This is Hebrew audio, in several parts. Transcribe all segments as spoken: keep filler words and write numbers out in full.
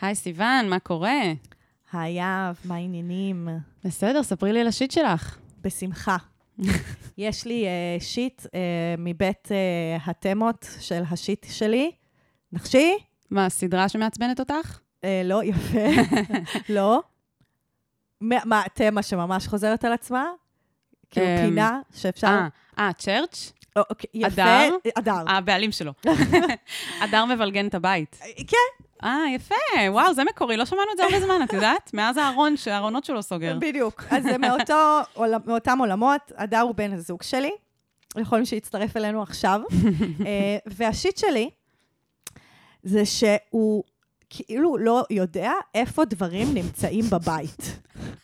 היי סיוון, מה קורה? היי יאב, מה העניינים? בסדר, ספרי לי על השיט שלך. בשמחה. יש לי uh, שיט uh, מבית uh, התמות של השיט שלי. נחשי? מה, סדרה שמעצבנת אותך? Uh, לא, יפה. לא. מה, תמה שממש חוזרת על עצמה? כאילו פינה שאפשר... אה, אה, צ'רץ'? יפה. אדר. הבעלים שלו. אדר מבלגן את הבית. כן. אה, יפה. וואו, זה מקורי. לא שמענו את זה הרבה זמן, את יודעת? מאז הארון, שהארונות שלו סוגר. בדיוק. אז זה מאותו, מאותם עולמות. אדר הוא בן הזוג שלי. יכולים שיצטרף אלינו עכשיו. והשיט שלי, זה שהוא כאילו לא יודע איפה דברים נמצאים בבית.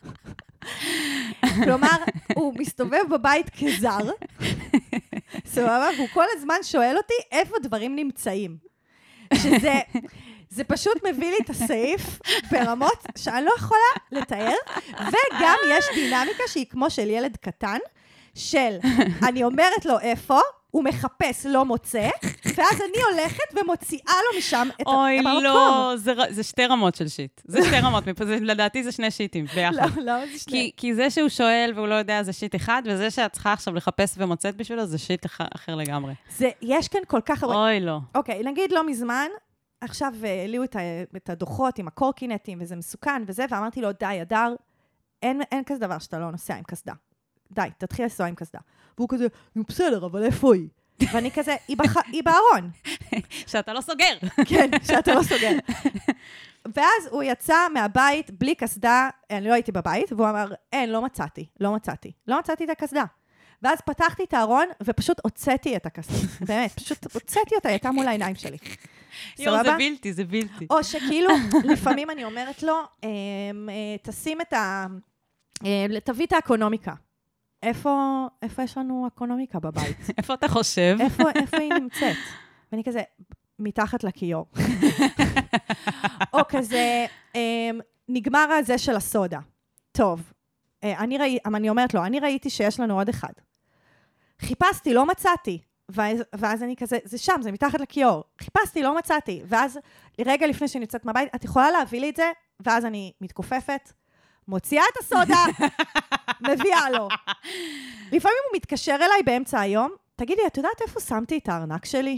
כלומר, הוא מסתובב בבית כזר, סבבה, והוא כל הזמן שואל אותי איפה דברים נמצאים. שזה, זה פשוט מביא לי את הסעיף ברמות שאני לא יכולה לתאר, וגם יש דינמיקה שהיא כמו של ילד קטן, של אני אומרת לו איפה, הוא מחפש, לא מוצא, ואז אני הולכת ומוציאה לו משם את המקום. אוי, לא, זה, זה שתי רמות של שיט. זה שתי רמות, לדעתי זה שני שיטים ביחד. לא, לא, זה שני. כי, כי זה שהוא שואל והוא לא יודע זה שיט אחד, וזה שאת צריכה עכשיו לחפש ומוצאת בשבילו, זה שיט אחר לגמרי. זה, יש כאן כל כך הרבה... אוי, לא. אוקיי, נגיד לא מזמן, עכשיו העליו את, את הדוחות עם הקורקינטים, וזה מסוכן וזה, ואמרתי לו, די, אדר, אין, אין כזה דבר שאתה לא נוסע עם קסדה. די, תתחיל לנסוע עם קסדה. והוא כזה, נו בסדר, אבל איפה היא? ואני כזה, היא, בח... היא בארון. שאתה לא סוגר. כן, שאתה לא סוגר. ואז הוא יצא מהבית בלי קסדה, אני לא הייתי בבית, והוא אמר, אין, לא מצאתי, לא מצאתי. לא מצאתי את הקסדה. ואז פתחתי את הארון, ופשוט הוצאתי את הקסדה. באמת, פשוט הוצאתי אותה, הייתה מול העיניים שלי. יו, זה בלתי, זה בלתי. או שכאילו, לפעמים אני אומרת לו, תשים את ה... תביא את האקונומיקה. איפה, איפה יש לנו אקונומיקה בבית? איפה אתה חושב? איפה, איפה היא נמצאת? ואני כזה, מתחת לכיור. או כזה, נגמר הזה של הסודה. טוב, אני, ראי, אני אומרת לו, אני ראיתי שיש לנו עוד אחד. חיפשתי, לא מצאתי. ואז, ואז אני כזה, זה שם, זה מתחת לכיור. חיפשתי, לא מצאתי. ואז, רגע לפני שאני יוצאת מהבית, את יכולה להביא לי את זה? ואז אני מתכופפת. מוציאה את הסודה, מביאה לו. לפעמים הוא מתקשר אליי באמצע היום, תגידי, את יודעת איפה שמתי את הארנק שלי?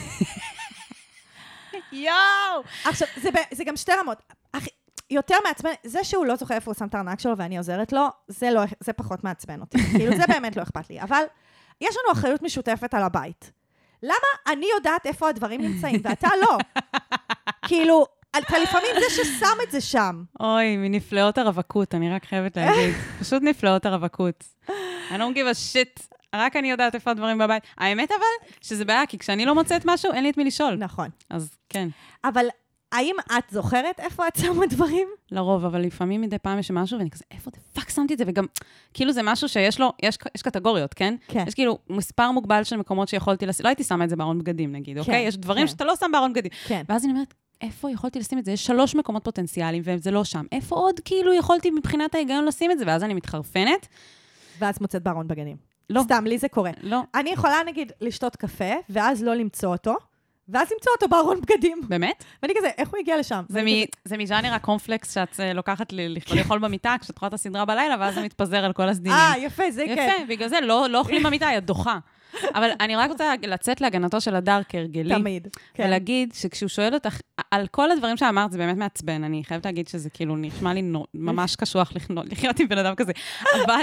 יואו! עכשיו, זה, זה גם שתי רמות. יותר מעצבן, זה שהוא לא זוכר איפה הוא שם את הארנק שלו ואני עוזרת לו, זה, לא, זה פחות מעצבן אותי. כאילו, זה באמת לא אכפת לי. אבל יש לנו אחריות משותפת על הבית. למה אני יודעת איפה הדברים נמצאים, ואתה לא? כאילו, אתה לפעמים זה ששם את זה שם. אוי, מנפלאות הרווקות, אני רק חייבת להגיד. פשוט נפלאות הרווקות. I don't give a shit. רק אני יודעת איפה הדברים בבית. האמת אבל, שזה בעיה, כי כשאני לא מוצאת משהו, אין לי את מי לשאול. נכון. אז כן. אבל האם את זוכרת איפה את שמה דברים? לרוב, אבל לפעמים מדי פעם יש משהו, ואני כזה, איפה דה פאק שמתי את זה? וגם, כאילו זה משהו שיש לו, יש, יש קטגוריות, כן? כן. יש כאילו מספר מוגבל של מקומות שיכולתי לשים, לא הייתי שמה את זה בארון בגדים, נגיד, אוקיי? יש דברים שאתה לא שם בארון בגדים. כן. ואז אני אומרת, איפה יכולתי לשים את זה? יש שלוש מקומות פוטנציאליים, וזה לא שם. איפה עוד כאילו יכולתי מבחינת ההיגיון לשים את זה? ואז אני מתחרפנת. ואז מוצאת בארון בגדים. לא. סתם, לי זה קורה. לא. אני יכולה, נגיד, לשתות קפה, ואז לא למצוא אותו, ואז למצוא אותו בארון בגדים. באמת? ואני כזה, איך הוא הגיע לשם? זה, מ... כזה... זה מז'אנר הקונפלקס שאת לוקחת לאכול במיטה, כשאת רואה את הסדרה בלילה, ואז זה מתפזר על כל הסדינים. אה, יפה, זה כן. יפה, בגלל זה לא, לא אוכלים במיטה, היא דוחה. אבל אני רק רוצה לצאת להגנתו של הדר כהרגלי. תמיד. כן. ולהגיד שכשהוא שואל אותך, על כל הדברים שאמרת, זה באמת מעצבן. אני חייבת להגיד שזה כאילו נשמע לי ממש קשוח לחיות עם בן אדם כזה. אבל,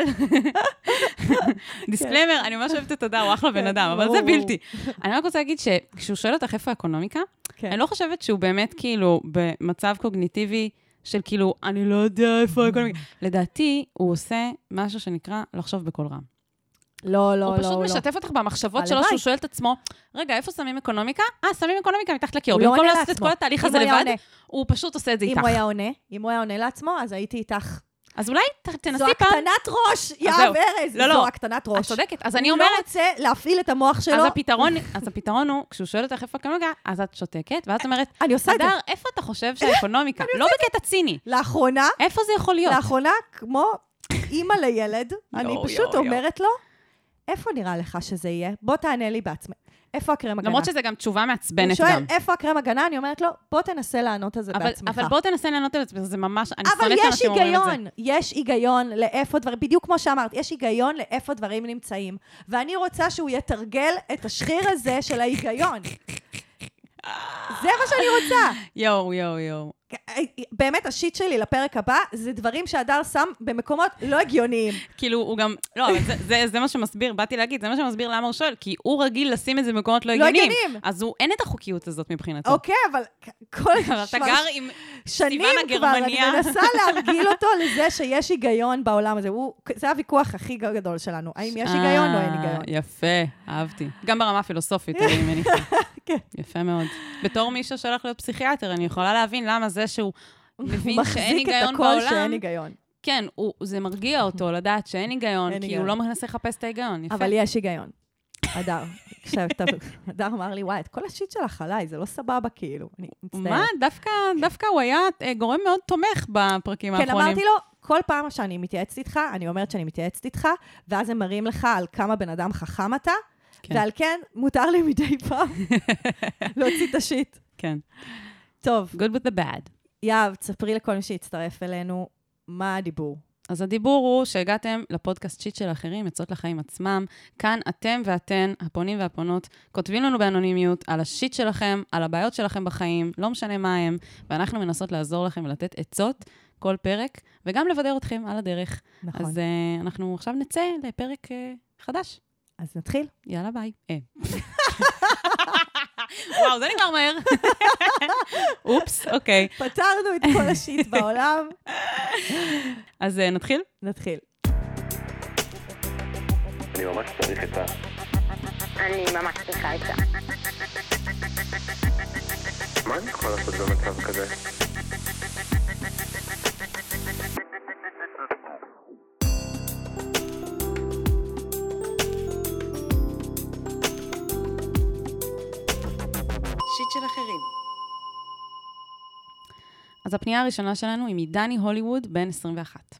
דיסקליימר, אני ממש אוהבת את הדר, הוא אחלה בן אדם, אבל זה בלתי. אני רק רוצה להגיד שכשהוא שואל אותך איפה האקונומיקה, אני לא חושבת שהוא באמת כאילו במצב קוגניטיבי של כאילו, אני לא יודע איפה האקונומיקה. לדעתי, הוא עושה משהו שנקרא לחשוב בקול רם. לא, לא, הוא לא, פשוט לא. משתף אותך במחשבות שלו, שהוא שואל את עצמו, רגע, איפה שמים אקונומיקה? אה, שמים אקונומיקה מתחת לכיור. במקום לעשות את כל התהליך הזה לבד, הוא פשוט עושה את זה איתך. אם הוא היה עונה, אם הוא היה עונה לעצמו, אז הייתי איתך. אז אולי תנסי פעם... זו הקטנת ראש, יאב ארז. לא, לא. זו הקטנת ראש. את צודקת. אז אני אומרת... הוא לא רוצה להפעיל את המוח שלו. אז הפתרון, אז הפתרון הוא, כשהוא שואל אותך איפה האקונומיקה, אז את שותקת, ואז את אומרת, אני עושה את זה. אדר, איפה אתה חושב שהאקונומיקה? לא בקטע ציני. לאחרונה, איפה זה יכול להיות? לאחרונה, כמו אימא לילד, אני פשוט אומרת לו, איפה נראה לך שזה יהיה? בוא תענה לי בעצמך. איפה הקרם הגנה? למרות שזה גם תשובה מעצבנת גם. הוא שואל, איפה הקרם הגנה? אני אומרת לו, בוא תנסה לענות על זה אבל, בעצמך. אבל בוא תנסה לענות על זה, זה ממש, אני אבל שונאת יש שאנשים אומרים את זה. היגיון, יש היגיון לאיפה דברים, בדיוק כמו שאמרת, יש היגיון לאיפה דברים נמצאים. ואני רוצה שהוא יתרגל את השחיר הזה של ההיגיון. זה מה שאני רוצה. יואו, יואו, יואו. באמת, השיט שלי לפרק הבא, זה דברים שהדר שם במקומות לא הגיוניים. כאילו, הוא גם, לא, אבל זה, זה, זה מה שמסביר, באתי להגיד, זה מה שמסביר למה הוא שואל, כי הוא רגיל לשים את זה במקומות לא הגיוניים. לא הגיוניים. אז הוא, אין את החוקיות הזאת מבחינתו. אוקיי, אבל כל... אתה גר עם סיוון הגרמניה. אני מנסה להרגיל אותו לזה שיש היגיון בעולם הזה. הוא, זה הוויכוח הכי גדול שלנו. האם יש היגיון או אין היגיון? יפה, אהבתי. גם ברמה הפילוסופית, אני מניחה. כן. יפה מאוד. בתור מישהו שהולך להיות פסיכיאטר, אני יכולה להבין למה זה שהוא מבין שאין היגיון בעולם. מחזיק את הכל שאין היגיון. כן, הוא, זה מרגיע אותו לדעת שאין היגיון, כי היגיון. הוא לא מנסה לחפש את ההיגיון. יפה. אבל יש היגיון. אדר, אדר אמר לי, וואי, את כל השיט שלך עליי, זה לא סבבה כאילו. אני מצטערת. מה? דווקא, דווקא הוא היה גורם מאוד תומך בפרקים האחרונים. כן, אמרתי לו, כל פעם שאני מתייעצת איתך, אני אומרת שאני מתייעצת איתך, ואז הם מראים לך על כמה בן אדם חכם אתה, כן. ועל כן, מותר לי מדי פעם להוציא את השיט. כן. טוב. Good with the bad. יאב, תספרי לכל מי שיצטרף אלינו, מה הדיבור? אז הדיבור הוא שהגעתם לפודקאסט שיט של אחרים, יצאות לחיים עצמם. כאן אתם ואתן, הפונים והפונות, כותבים לנו באנונימיות על השיט שלכם, על הבעיות שלכם בחיים, לא משנה מה הם, ואנחנו מנסות לעזור לכם ולתת עצות כל פרק, וגם לבדר אתכם על הדרך. נכון. אז uh, אנחנו עכשיו נצא לפרק uh, חדש. אז נתחיל. יאללה, ביי. אה. וואו, זה נגמר מהר. אופס, אוקיי. פתרנו את כל השיט בעולם. אז נתחיל? נתחיל. אני ממש צריך עצה. אני ממש צריכה עצה. מה אני יכול לעשות במצב כזה? שיט של אחרים. אז הפנייה הראשונה שלנו היא מדני הוליווד, בן עשרים ואחת.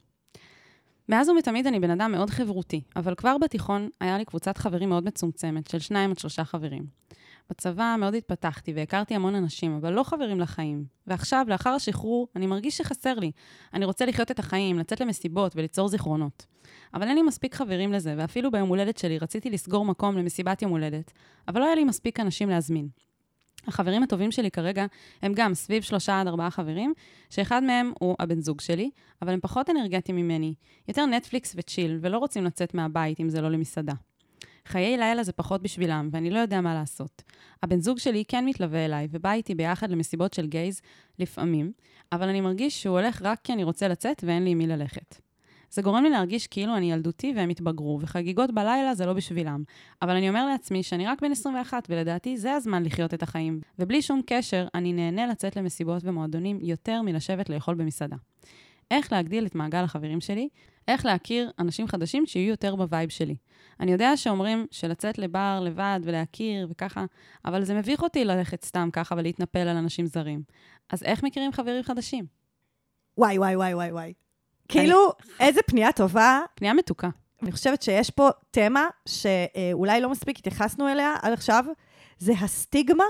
מאז ומתמיד אני בן אדם מאוד חברותי, אבל כבר בתיכון היה לי קבוצת חברים מאוד מצומצמת, של שניים עד שלושה חברים. בצבא מאוד התפתחתי והכרתי המון אנשים, אבל לא חברים לחיים. ועכשיו, לאחר השחרור, אני מרגיש שחסר לי. אני רוצה לחיות את החיים, לצאת למסיבות וליצור זיכרונות. אבל אין לי מספיק חברים לזה, ואפילו ביום הולדת שלי רציתי לסגור מקום למסיבת יום הולדת, אבל לא היה לי מספיק אנשים להזמין. החברים הטובים שלי כרגע הם גם סביב שלושה עד ארבעה חברים, שאחד מהם הוא הבן זוג שלי, אבל הם פחות אנרגטיים ממני, יותר נטפליקס וצ'יל, ולא רוצים לצאת מהבית אם זה לא למסעדה. חיי לילה זה פחות בשבילם, ואני לא יודע מה לעשות. הבן זוג שלי כן מתלווה אליי, ובא איתי ביחד למסיבות של גייז לפעמים, אבל אני מרגיש שהוא הולך רק כי אני רוצה לצאת ואין לי עם מי ללכת. זה גורם לי להרגיש כאילו אני ילדותי והם התבגרו, וחגיגות בלילה זה לא בשבילם. אבל אני אומר לעצמי שאני רק בן עשרים ואחת, ולדעתי זה הזמן לחיות את החיים. ובלי שום קשר, אני נהנה לצאת למסיבות ומועדונים יותר מלשבת לאכול במסעדה. איך להגדיל את מעגל החברים שלי? איך להכיר אנשים חדשים שיהיו יותר בווייב שלי? אני יודע שאומרים שלצאת לבר לבד ולהכיר וככה, אבל זה מביך אותי ללכת סתם ככה ולהתנפל על אנשים זרים. אז איך מכירים חברים חדשים? וואי, וואי, וואי, וואי, וואי. כאילו, איזה פנייה טובה. פנייה מתוקה. אני חושבת שיש פה תמה שאולי לא מספיק התייחסנו אליה עד עכשיו, זה הסטיגמה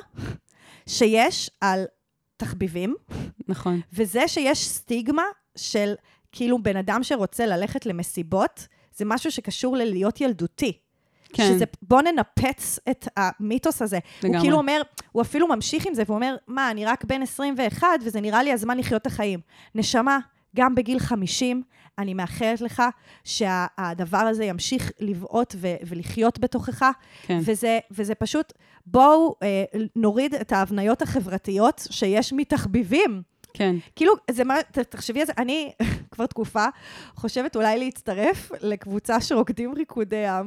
שיש על תחביבים. נכון. וזה שיש סטיגמה של כאילו בן אדם שרוצה ללכת למסיבות, זה משהו שקשור ללהיות ילדותי. כן. שזה, בוא ננפץ את המיתוס הזה. לגמרי. הוא כאילו אומר, הוא אפילו ממשיך עם זה, והוא אומר, מה, אני רק בן עשרים ואחת, וזה נראה לי הזמן לחיות את החיים. נשמה, גם בגיל חמישים, אני מאחלת לך שהדבר הזה ימשיך לבעוט ו- ולחיות בתוכך, כן. וזה, וזה פשוט, בואו אה, נוריד את ההבניות החברתיות שיש מתחביבים. כן. כאילו, זה מה, תחשבי על זה, אני כבר תקופה חושבת אולי להצטרף לקבוצה שרוקדים ריקודי עם.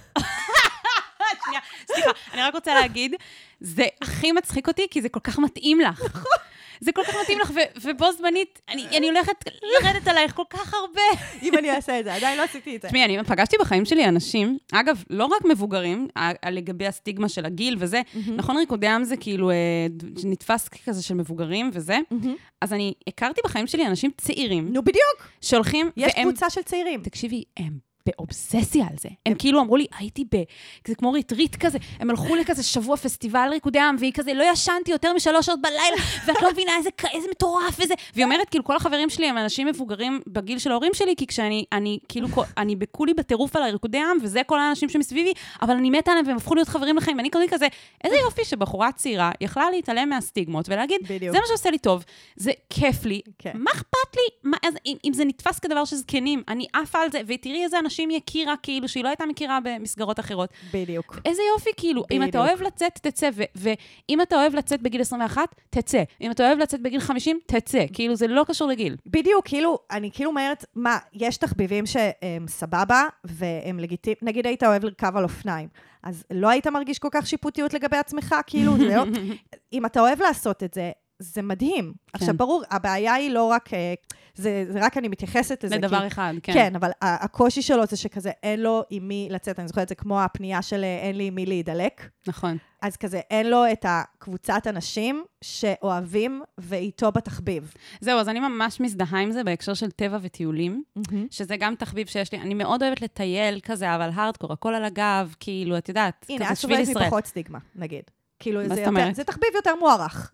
שנייה, סליחה, אני רק רוצה להגיד, זה הכי מצחיק אותי, כי זה כל כך מתאים לך. זה כל כך מתאים לך, ובו זמנית, אני הולכת לרדת עלייך כל כך הרבה. אם אני אעשה את זה, עדיין לא עשיתי את זה. תשמעי, אני פגשתי בחיים שלי אנשים, אגב, לא רק מבוגרים, לגבי הסטיגמה של הגיל וזה, נכון, ריקודי עם זה כאילו נתפס כזה של מבוגרים וזה, אז אני הכרתי בחיים שלי אנשים צעירים. נו, בדיוק. שהולכים, יש קבוצה של צעירים. תקשיבי, הם באובססיה על זה. הם כאילו אמרו לי, הייתי ב... זה כמו ריטריט כזה, הם הלכו לכזה שבוע פסטיבל ריקודי עם, והיא כזה, לא ישנתי יותר משלוש שעות בלילה, ואת לא מבינה איזה, איזה מטורף וזה. והיא אומרת, כאילו, כל החברים שלי הם אנשים מבוגרים בגיל של ההורים שלי, כי כשאני, אני, כאילו, אני בכולי בטירוף על הריקודי עם, וזה כל האנשים שמסביבי, אבל אני מתה עליהם, והם הפכו להיות חברים לחיים, ואני כזה כזה, איזה יופי שבחורה צעירה יכלה להתעלם מהסטיגמות, ולהגיד, זה מה שעושה לי טוב, זה כיף לי, מה אכפת לי? מה, אז, אם, אם זה נתפס כדבר שזקנים, אני עפה על זה, ותראי איזה אנשים יכירה, כאילו, שהיא לא הייתה מכירה במסגרות אחרות. בדיוק. איזה יופי, כאילו, בדיוק. אם אתה אוהב לצאת, תצא, ו- ואם אתה אוהב לצאת בגיל עשרים ואחת, תצא. אם אתה אוהב לצאת בגיל חמישים, תצא. כאילו, זה לא קשור לגיל. בדיוק, כאילו, אני כאילו אומרת, מה, יש תחביבים שהם סבבה, והם לגיטימיים, נגיד היית אוהב לרכב על אופניים, אז לא היית מרגיש כל כך שיפוטיות לגבי עצמך, כאילו, זה לא... אם אתה אוהב לעשות את זה, זה מדהים. כן. עכשיו, ברור, הבעיה היא לא רק... זה, זה רק אני מתייחסת לזה. לדבר כי, אחד, כן. כן, אבל הקושי שלו זה שכזה אין לו עם מי לצאת, אני זוכרת, זה כמו הפנייה של אין לי עם מי להידלק. נכון. אז כזה אין לו את הקבוצת אנשים שאוהבים ואיתו בתחביב. זהו, אז אני ממש מזדהה עם זה בהקשר של טבע וטיולים, mm-hmm. שזה גם תחביב שיש לי, אני מאוד אוהבת לטייל כזה, אבל הלדקור, הכל על הגב, כאילו, את יודעת, הנה, את סובלת מפחות סטיגמה, נגיד. כאילו, מה זה, זאת אומרת? זה תחביב יותר מוערך.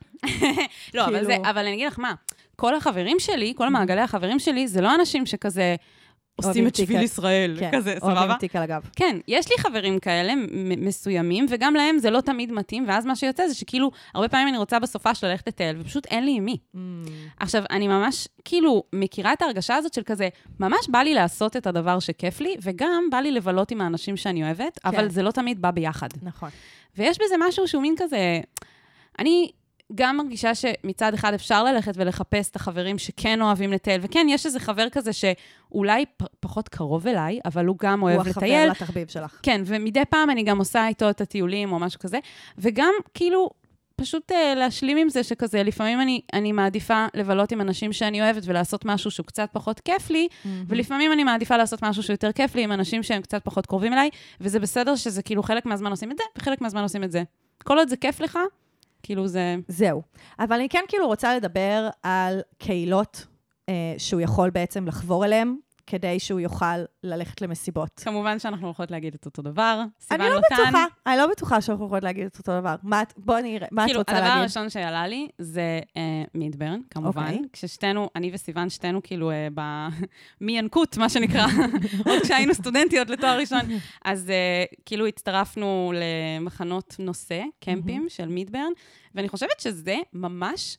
לא, אבל, זה, אבל אני אגיד לך מה, כל החברים שלי, כל מעגלי החברים שלי, זה לא אנשים שכזה עושים את שביל ישראל, כן, כזה, סבבה? אוהבים תיק על הגב. כן, יש לי חברים כאלה מסוימים, וגם להם זה לא תמיד מתאים, ואז מה שיוצא זה שכאילו, הרבה פעמים אני רוצה בסופה של ללכת לטייל, ופשוט אין לי עם מי. Mm. עכשיו, אני ממש, כאילו, מכירה את ההרגשה הזאת של כזה, ממש בא לי לעשות את הדבר שכיף לי, וגם בא לי לבלות עם האנשים שאני אוהבת, כן. אבל זה לא תמיד בא ביחד. נכון. ויש בזה משהו שהוא מין כזה, אני גם מרגישה שמצד אחד אפשר ללכת ולחפש את החברים שכן אוהבים לטייל, וכן, יש איזה חבר כזה שאולי פ- פחות קרוב אליי, אבל הוא גם אוהב לטייל. הוא החבר לתחביב שלך. כן, ומדי פעם אני גם עושה איתו את הטיולים או משהו כזה, וגם כאילו פשוט uh, להשלים עם זה שכזה, לפעמים אני, אני מעדיפה לבלות עם אנשים שאני אוהבת ולעשות משהו שהוא קצת פחות כיף לי, mm-hmm. ולפעמים אני מעדיפה לעשות משהו שהוא יותר כיף לי עם אנשים שהם קצת פחות קרובים אליי, וזה בסדר שזה כאילו חלק מהזמן עושים את זה, וחלק מהזמן עושים את זה. כל עוד זה כיף לך, כאילו זה... זהו. אבל אני כן כאילו רוצה לדבר על קהילות אה, שהוא יכול בעצם לחבור אליהם, כדי שהוא יוכל ללכת למסיבות. כמובן שאנחנו הולכות להגיד את אותו דבר. אני לא בטוחה, אני לא בטוחה שאנחנו הולכות להגיד את אותו דבר. בואי נראה, מה את רוצה להגיד? הדבר הראשון שעלה לי זה מידברן, כמובן. כששתינו, אני וסיוון, שתינו כאילו מינקות, מה שנקרא, עוד כשהיינו סטודנטיות לתואר ראשון. אז כאילו הצטרפנו למחנות נושא, קמפים של מידברן, ואני חושבת שזה ממש...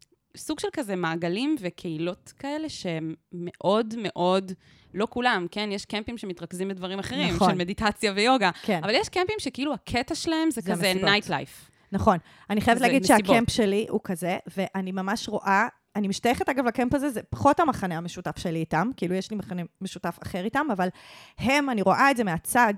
סוג של כזה מעגלים וקהילות כאלה שהם מאוד מאוד, לא כולם, כן? יש קמפים שמתרכזים בדברים אחרים, נכון. של מדיטציה ויוגה, כן. אבל יש קמפים שכאילו הקטע שלהם זה, זה כזה נייט לייף. נכון. אני חייבת להגיד מסיבות. שהקמפ שלי הוא כזה, ואני ממש רואה, אני משתייכת אגב לקמפ הזה, זה פחות המחנה המשותף שלי איתם, כאילו יש לי מחנה משותף אחר איתם, אבל הם, אני רואה את זה מהצד,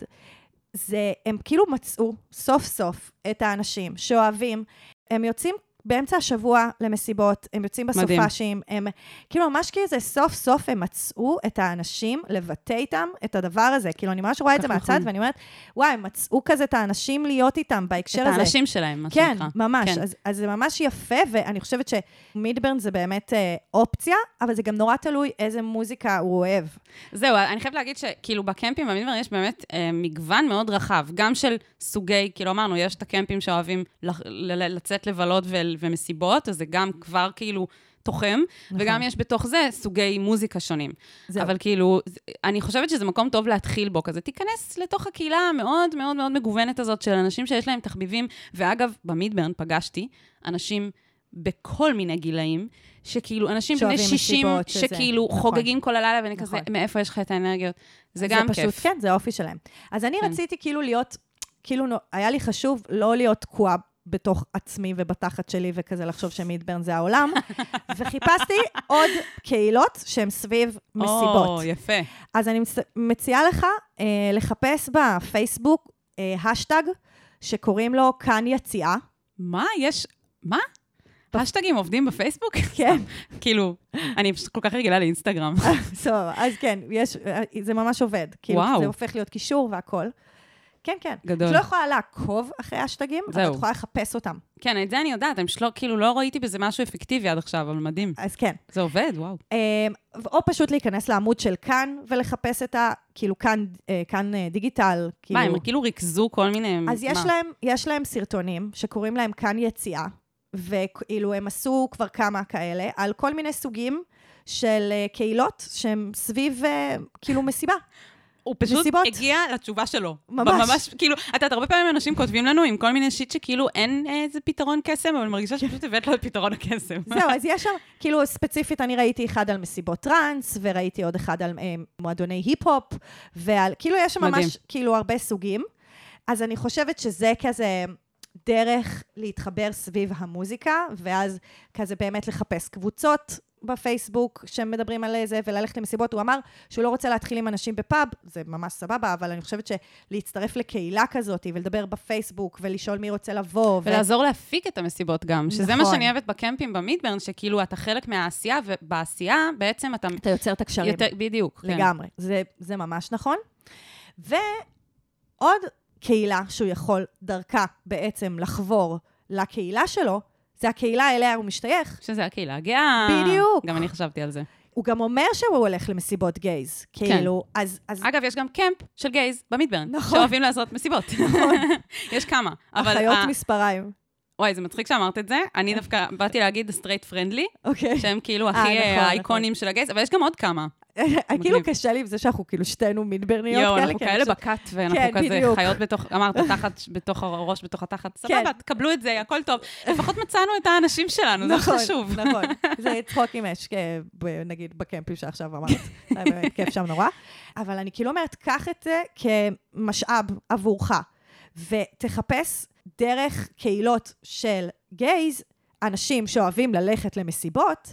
זה, הם כאילו מצאו סוף סוף את האנשים שאוהבים, הם יוצאים באמצע השבוע למסיבות, הם יוצאים בסופשים, הם, כאילו ממש כאילו זה סוף סוף הם מצאו את האנשים לבטא איתם את הדבר הזה, כאילו אני ממש רואה את זה מהצד, ואני אומרת, וואי, הם מצאו כזה את האנשים להיות איתם בהקשר הזה. את האנשים שלהם, מה שנקרא. כן, ממש, אז, אז זה ממש יפה, ואני חושבת שמידברן זה באמת אה, אופציה, אבל זה גם נורא תלוי איזה מוזיקה הוא אוהב. זהו, אני חייבת להגיד שכאילו בקמפים במידברן יש באמת אה, מגוון מאוד רחב, גם של סוגי, כאילו אמרנו, יש את הקמפים שאוהבים לצאת לבלות ו- ומסיבות, אז זה גם כבר כאילו תוחם, נכון. וגם יש בתוך זה סוגי מוזיקה שונים. זהו. אבל כאילו, אני חושבת שזה מקום טוב להתחיל בו, כזה תיכנס לתוך הקהילה המאוד מאוד מאוד מגוונת הזאת של אנשים שיש להם תחביבים, ואגב, במידברן פגשתי אנשים בכל מיני גילאים, שכאילו אנשים בני שישים, שכאילו נכון. חוגגים כל הלילה, ואני נכון. כזה, מאיפה יש לך את האנרגיות? זה גם זה כיף. פשוט, כן, זה האופי שלהם. אז אני כן. רציתי כאילו להיות, כאילו היה לי חשוב לא להיות תקועה, בתוך עצמי ובתחת שלי, וכזה לחשוב שמידברן זה העולם, וחיפשתי עוד קהילות שהן סביב מסיבות. או, יפה. אז אני מציעה לך אה, לחפש בפייסבוק אה, השטג, שקוראים לו כאן יציאה. מה? יש... מה? השטגים עובדים בפייסבוק? כן. כאילו, אני פשוט כל כך רגילה לאינסטגרם. סבבה, אז כן, יש, זה ממש עובד. כאילו, זה הופך להיות קישור והכל. כן, כן. גדול. את לא יכולה לעקוב אחרי השטגים, אבל את יכולה לחפש אותם. כן, את זה אני יודעת, אני שלא, כאילו לא ראיתי בזה משהו אפקטיבי עד עכשיו, אבל מדהים. אז כן. זה עובד, וואו. או פשוט להיכנס לעמוד של כאן, ולחפש את ה, כאילו כאן, כאן דיגיטל. מה, הם כאילו ריכזו כל מיני... אז יש להם, יש להם סרטונים, שקוראים להם כאן יציאה, וכאילו הם עשו כבר כמה כאלה, על כל מיני סוגים של קהילות, שהם סביב, כאילו מסיבה. הוא פשוט מסיבות. הגיע לתשובה שלו. ממש. ממש, כאילו, אתה יודעת, הרבה פעמים אנשים כותבים לנו עם כל מיני שיט שכאילו אין איזה פתרון קסם, אבל מרגישה שפשוט הבאת לו את פתרון הקסם. זהו, אז יש שם, כאילו ספציפית, אני ראיתי אחד על מסיבות טרנס, וראיתי עוד אחד על אה, מועדוני היפ-הופ, ועל, כאילו יש שם מדהים. ממש, כאילו הרבה סוגים. אז אני חושבת שזה כזה דרך להתחבר סביב המוזיקה, ואז כזה באמת לחפש קבוצות, בפייסבוק שמדברים על זה, וללכת למסיבות. הוא אמר שהוא לא רוצה להתחיל עם אנשים בפאב, זה ממש סבבה, אבל אני חושבת שלהצטרף לקהילה כזאת, ולדבר בפייסבוק, ולשאול מי רוצה לבוא. ולעזור להפיק את המסיבות גם, שזה נכון. מה שאני אוהבת בקמפים במידברן, שכאילו אתה חלק מהעשייה, ובעשייה בעצם אתה... אתה יוצר את הקשרים. יותר, בדיוק. לגמרי. כן. זה, זה ממש נכון. ועוד קהילה שהוא יכול דרכה בעצם לחבור לקהילה שלו, זה הקהילה אליה הוא משתייך. שזה הקהילה הגאה. בדיוק. גם אני חשבתי על זה. הוא גם אומר שהוא הולך למסיבות גייז. כאילו, כן. אז, אז... אגב, יש גם קמפ של גייז במידברן. נכון. שאוהבים לעשות מסיבות. נכון. יש כמה. אחיות ה... מספריים. וואי, זה מצחיק שאמרת את זה. אני דווקא באתי להגיד סטרייט פרנדלי, אוקיי. שהם כאילו הכי האייקונים של הגייז, אבל יש גם עוד כמה. כאילו קשה לי עם זה שאנחנו כאילו שתינו מידברניות כאלה. יואו, אנחנו כאלה בקאט, ואנחנו כזה חיות בתוך, אמרת, תחת, בתוך הראש, בתוך התחת. סבבה, תקבלו את זה, הכל טוב. לפחות מצאנו את האנשים שלנו, זה חשוב. נכון, זה צחוק עם אש, נגיד בקמפים שעכשיו אמרת. זה באמת כיף שם נורא. אבל אני כאילו אומרת, קח את זה כמשאב עבורך, ותחפש דרך קהילות של גייז, אנשים שאוהבים ללכת למסיבות,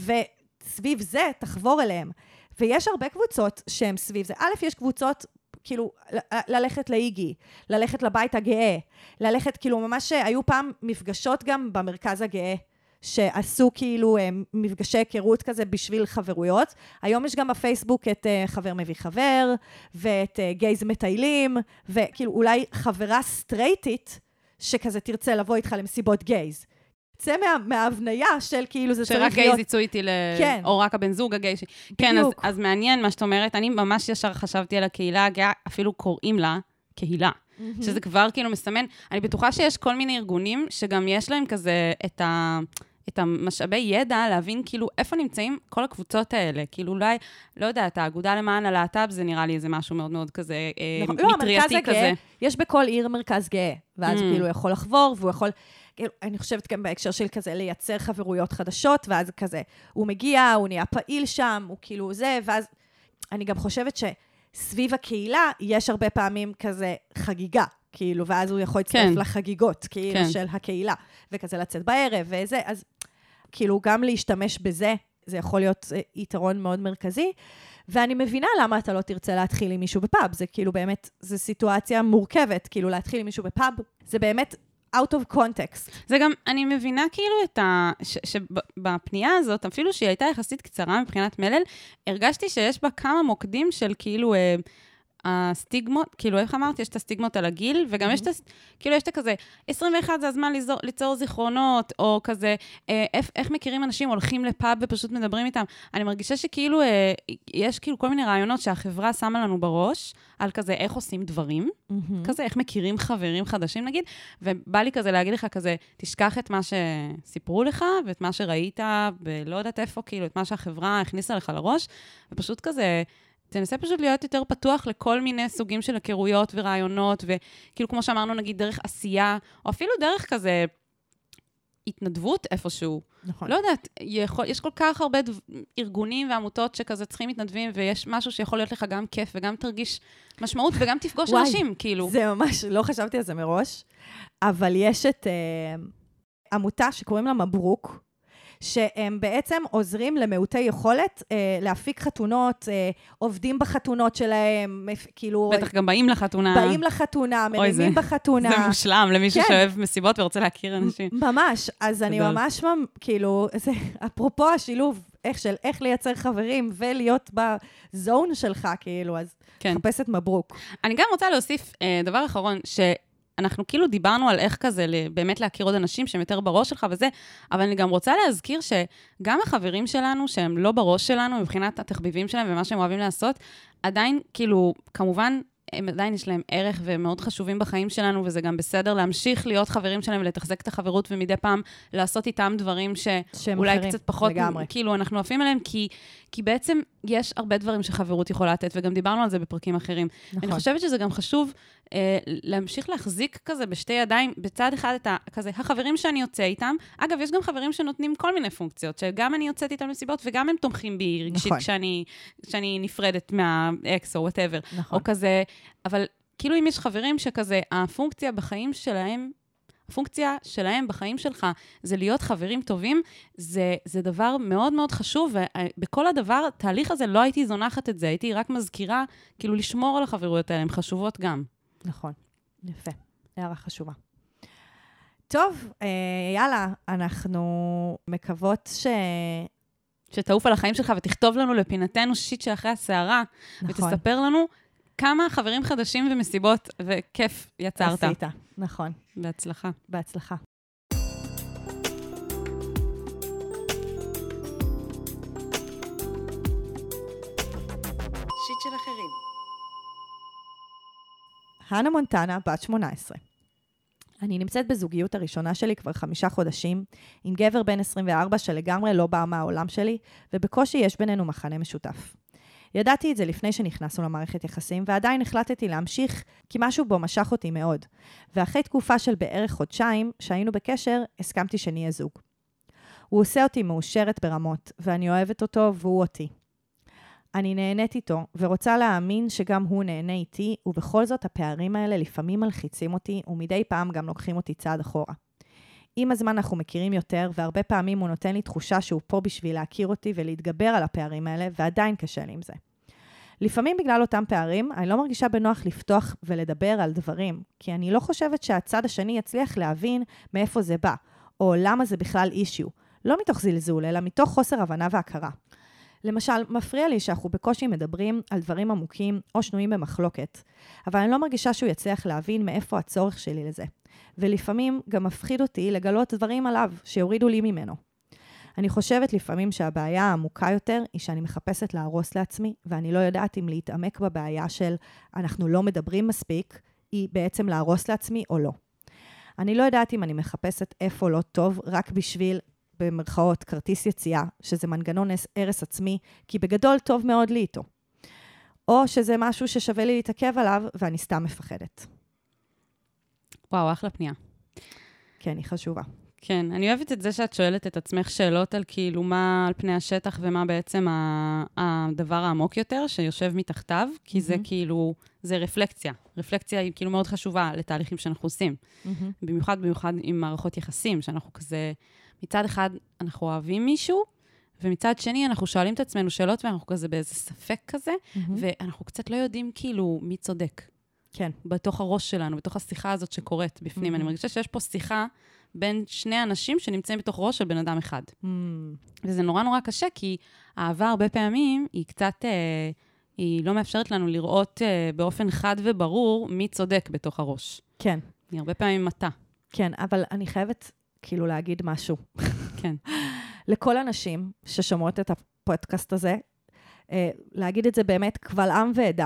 וסביב זה תחבור אליהם. ויש הרבה קבוצות שהן סביב זה. א', יש קבוצות, כאילו, ל- ללכת לאיגי, ללכת לבית הגאה, ללכת, כאילו, ממש היו פעם מפגשות גם במרכז הגאה, שעשו כאילו מפגשי היכרות כזה בשביל חברויות. היום יש גם בפייסבוק את חבר מביא חבר, ואת גייז מטיילים, וכאילו אולי חברה סטרייטית, שכזה תרצה לבוא איתך למסיבות גייז. זה מה, מההבניה של כאילו זה צריך להיות... שרק גייז יצאו איתי, ל... כן. או רק הבן זוג הגייז. כן, אז, אז מעניין מה שאת אומרת. אני ממש ישר חשבתי על הקהילה הגאה, אפילו קוראים לה קהילה. Mm-hmm. שזה כבר כאילו מסמן. אני בטוחה שיש כל מיני ארגונים שגם יש להם כזה את ה... את המשאבי ידע, להבין כאילו איפה נמצאים כל הקבוצות האלה. כאילו אולי, לא יודעת, האגודה למען הלהט"ב, זה נראה לי איזה משהו מאוד מאוד כזה, נכון. אה, מטרייתי כזה. הגאה, יש בכל עיר מרכז גאה, ואז Mm. כאילו יכול לחבור, והוא יכול, כאילו, אני חושבת גם בהקשר של כזה, לייצר חברויות חדשות, ואז כזה, הוא מגיע, הוא נהיה פעיל שם, הוא כאילו זה, ואז אני גם חושבת שסביב הקהילה, יש הרבה פעמים כזה חגיגה, כאילו, ואז הוא יכול להצטרף כן. לחגיגות, כאילו, כן. של הקהילה, וכזה לצאת בערב, וזה, אז כאילו, גם להשתמש בזה, זה יכול להיות יתרון מאוד מרכזי, ואני מבינה למה אתה לא תרצה להתחיל עם מישהו בפאב, זה כאילו באמת, זו סיטואציה מורכבת, כאילו להתחיל עם מישהו בפאב, זה באמת out of context. זה גם, אני מבינה כאילו את ה... שבפנייה הזאת, אפילו שהיא הייתה יחסית קצרה מבחינת מלל, הרגשתי שיש בה כמה מוקדים של כאילו... אה, הסטיגמות, כאילו איך אמרת, יש את הסטיגמות על הגיל, וגם יש את, כאילו יש את כזה, עשרים ואחת זה הזמן ליצור, ליצור זיכרונות, או כזה, אה, איך, איך מכירים אנשים הולכים לפאב ופשוט מדברים איתם. אני מרגישה שכאילו, אה, יש כאילו כל מיני רעיונות שהחברה שמה לנו בראש, על כזה איך עושים דברים, mm-hmm. כזה איך מכירים חברים חדשים נגיד, ובא לי כזה להגיד לך כזה, תשכח את מה שסיפרו לך, ואת מה שראית, ולא יודעת איפה, כאילו, את מה שהחברה הכניסה לך לראש, ופשוט כזה, תנסה פשוט להיות יותר פתוח לכל מיני סוגים של הכירויות ורעיונות, וכאילו כמו שאמרנו, נגיד, דרך עשייה, או אפילו דרך כזה התנדבות איפשהו. נכון. לא יודעת, יכול, יש כל כך הרבה דו, ארגונים ועמותות שכזה צריכים מתנדבים, ויש משהו שיכול להיות לך גם כיף, וגם תרגיש משמעות, וגם תפגוש וואי, אנשים, כאילו. זה ממש, לא חשבתי על זה מראש, אבל יש את אה, עמותה שקוראים לה מברוק, שהם בעצם עוזרים למעוטי יכולת אה, להפיק חתונות, אה, עובדים בחתונות שלהם, כאילו... בטח גם באים לחתונה. באים לחתונה, מרימים בחתונה. זה מושלם למי כן. ששואב מסיבות ורוצה להכיר אנשים. ממש, אז אני ממש, כאילו, זה, אפרופו השילוב איך של איך לייצר חברים ולהיות בזון שלך, כאילו, אז כן. חפשת מברוק. אני גם רוצה להוסיף אה, דבר אחרון, שאנחנו כאילו דיברנו על איך כזה באמת להכיר עוד אנשים שהם יותר בראש שלך וזה, אבל אני גם רוצה להזכיר שגם החברים שלנו, שהם לא בראש שלנו, מבחינת התחביבים שלהם ומה שהם אוהבים לעשות, עדיין כאילו, כמובן, הם עדיין יש להם ערך ומאוד חשובים בחיים שלנו, וזה גם בסדר להמשיך להיות חברים שלהם ולתחזק את החברות, ומדי פעם לעשות איתם דברים שאולי קצת פחות, לגמרי. כאילו אנחנו עפים עליהם, כי, כי בעצם יש הרבה דברים שחברות יכולה לתת, וגם דיברנו על זה בפרקים אחרים. נכון. אני חושבת שזה גם חשוב אה, להמשיך להחזיק כזה בשתי ידיים, בצד אחד את ה, כזה, החברים שאני יוצא איתם, אגב, יש גם חברים שנותנים כל מיני פונקציות, שגם אני יוצאת איתם לסיבות, וגם הם תומכים בי רגשית, נכון. כשאני, כשאני נפרדת מהאקס או whatever, נכון. או כזה, אבל כאילו אם יש חברים שכזה, הפונקציה בחיים שלהם, הפונקציה שלהם בחיים שלך, זה להיות חברים טובים, זה, זה דבר מאוד מאוד חשוב, ובכל הדבר, התהליך הזה לא הייתי זונחת את זה, הייתי רק מזכירה, כאילו לשמור על החברויות האלה, הן חשובות גם. נכון, יפה, הערה חשובה. טוב, אה, יאללה, אנחנו מקוות ש... שתעוף על החיים שלך ותכתוב לנו לפינתנו שיט שאחרי הסערה, נכון. ותספר לנו כמה חברים חדשים ומסיבות וכיף יצרת. עשית, נכון. בהצלחה. בהצלחה. שיט של אחרים. הנה מונטנה, בת שמונה עשרה. אני נמצאת בזוגיות הראשונה שלי כבר חמישה חודשים, עם גבר בן עשרים וארבע שלגמרי לא בא מהעולם שלי, ובקושי יש בינינו מחנה משותף. ידעתי את זה לפני שנכנסנו למערכת יחסים, ועדיין החלטתי להמשיך, כי משהו בו משך אותי מאוד. ואחרי תקופה של בערך חודשיים, שהיינו בקשר, הסכמתי שנהיה זוג. הוא עושה אותי מאושרת ברמות, ואני אוהבת אותו והוא אותי. אני נהנית איתו, ורוצה להאמין שגם הוא נהנה איתי, ובכל זאת הפערים האלה לפעמים מלחיצים אותי, ומדי פעם גם לוקחים אותי צעד אחורה. עם הזמן אנחנו מכירים יותר, והרבה פעמים הוא נותן לי תחושה שהוא פה בשביל להכיר אותי ולהתגבר על הפערים האלה, ועדיין קשה לי עם זה. לפעמים בגלל אותם פערים, אני לא מרגישה בנוח לפתוח ולדבר על דברים, כי אני לא חושבת שהצד השני יצליח להבין מאיפה זה בא, או למה זה בכלל אישיו. לא מתוך זלזול, אלא מתוך חוסר הבנה והכרה. למשל, מפריע לי שאנחנו בקושי מדברים על דברים עמוקים או שנויים במחלוקת, אבל אני לא מרגישה שהוא יצליח להבין מאיפה הצורך שלי לזה. ולפעמים גם מפחיד אותי לגלות דברים עליו שיורידו לי ממנו. אני חושבת לפעמים שהבעיה העמוקה יותר היא שאני מחפשת להרוס לעצמי, ואני לא יודעת אם להתעמק בבעיה של אנחנו לא מדברים מספיק, היא בעצם להרוס לעצמי או לא. אני לא יודעת אם אני מחפשת איפה לא טוב, רק בשביל, במרכאות, כרטיס יציאה, שזה מנגנון הרס עצמי, כי בגדול טוב מאוד לי איתו. או שזה משהו ששווה לי להתעכב עליו, ואני סתם מפחדת. וואו, אחלה פנייה. כן, היא חשובה. כן, אני אוהבת את זה שאת שואלת את עצמך שאלות על כאילו מה על פני השטח ומה בעצם הדבר העמוק יותר שיושב מתחתיו, כי זה כאילו, זה רפלקציה. רפלקציה היא כאילו מאוד חשובה לתהליכים שאנחנו עושים. במיוחד, במיוחד עם מערכות יחסים, שאנחנו כזה, מצד אחד אנחנו אוהבים מישהו, ומצד שני אנחנו שואלים את עצמנו שאלות ואנחנו כזה באיזה ספק כזה, ואנחנו קצת לא יודעים כאילו מי צודק. כן. בתוך הראש שלנו, בתוך השיחה הזאת שקורית בפנים. אני מרגישה שיש פה שיחה בין שני אנשים שנמצאים בתוך ראש של בן אדם אחד. וזה נורא נורא קשה, כי האהבה הרבה פעמים היא קצת, אה, היא לא מאפשרת לנו לראות אה, באופן חד וברור מי צודק בתוך הראש. כן. היא הרבה פעמים מתה. כן, אבל אני חייבת כאילו להגיד משהו. כן. לכל אנשים ששומעות את הפודקאסט הזה, אה, להגיד את זה באמת קבל עם ועדה.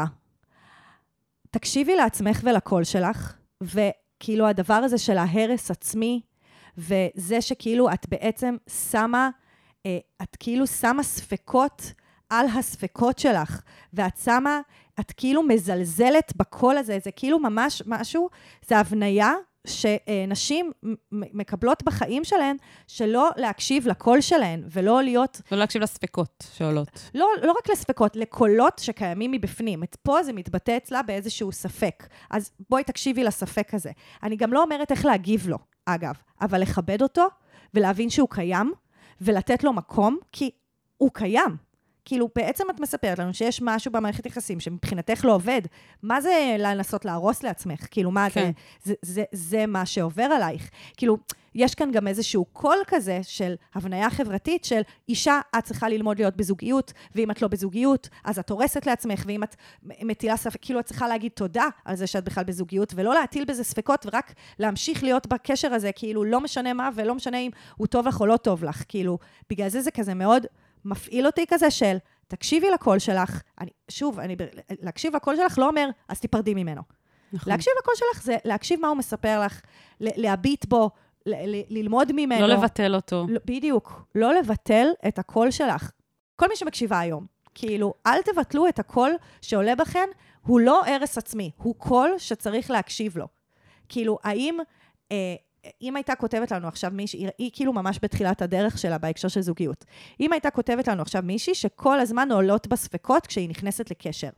תקשיבי לעצמך ולקול שלך, וכאילו הדבר הזה של ההרס עצמי, וזה שכאילו את בעצם שמה, את כאילו שמה ספקות על הספקות שלך, ואת שמה, את כאילו מזלזלת בקול הזה, זה כאילו ממש משהו, זה הבניה שנשים מקבלות בחיים שלהן, שלא להקשיב לקול שלהן, ולא להיות... לא להקשיב לספקות שעולות. לא, לא רק לספקות, לקולות שקיימים מבפנים. פה זה מתבטא אצלה באיזשהו ספק. אז בואי תקשיבי לספק הזה. אני גם לא אומרת איך להגיב לו, אגב, אבל לכבד אותו, ולהבין שהוא קיים, ולתת לו מקום, כי הוא קיים. כאילו, בעצם את מספרת לנו שיש משהו במערכת יחסים שמבחינתך לא עובד. מה זה לנסות להרוס לעצמך? כאילו, מה כן. זה, זה, זה, זה מה שעובר עלייך. כאילו, יש כאן גם איזשהו קול כזה של הבניה חברתית של אישה, את צריכה ללמוד להיות בזוגיות, ואם את לא בזוגיות, אז את הורסת לעצמך, ואם את מטילה ספק, כאילו את צריכה להגיד תודה על זה שאת בכלל בזוגיות, ולא להטיל בזה ספקות, ורק להמשיך להיות בקשר הזה, כאילו לא משנה מה, ולא משנה אם הוא טוב לך או לא טוב לך. כאילו, בגלל זה זה כזה מאוד מפעיל אותי כזה של, תקשיבי לקול שלך, אני, שוב, אני, להקשיב לקול שלך לא אומר, אז תיפרדי ממנו. נכון. להקשיב לקול שלך זה להקשיב מה הוא מספר לך, להביט בו, ל- ל- ללמוד ממנו. לא לבטל אותו. לא, בדיוק. לא לבטל את הקול שלך. כל מי שמקשיבה היום, כאילו, אל תבטלו את הקול שעולה בכן, הוא לא ערס עצמי, הוא קול שצריך להקשיב לו. כאילו, האם, אה, אם הייתה כותבת לנו עכשיו מישהי, היא, היא כאילו ממש בתחילת הדרך שלה בהקשר של זוגיות. אם הייתה כותבת לנו עכשיו מישהי שכל הזמן עולות בספקות כשהיא נכנסת לקשר.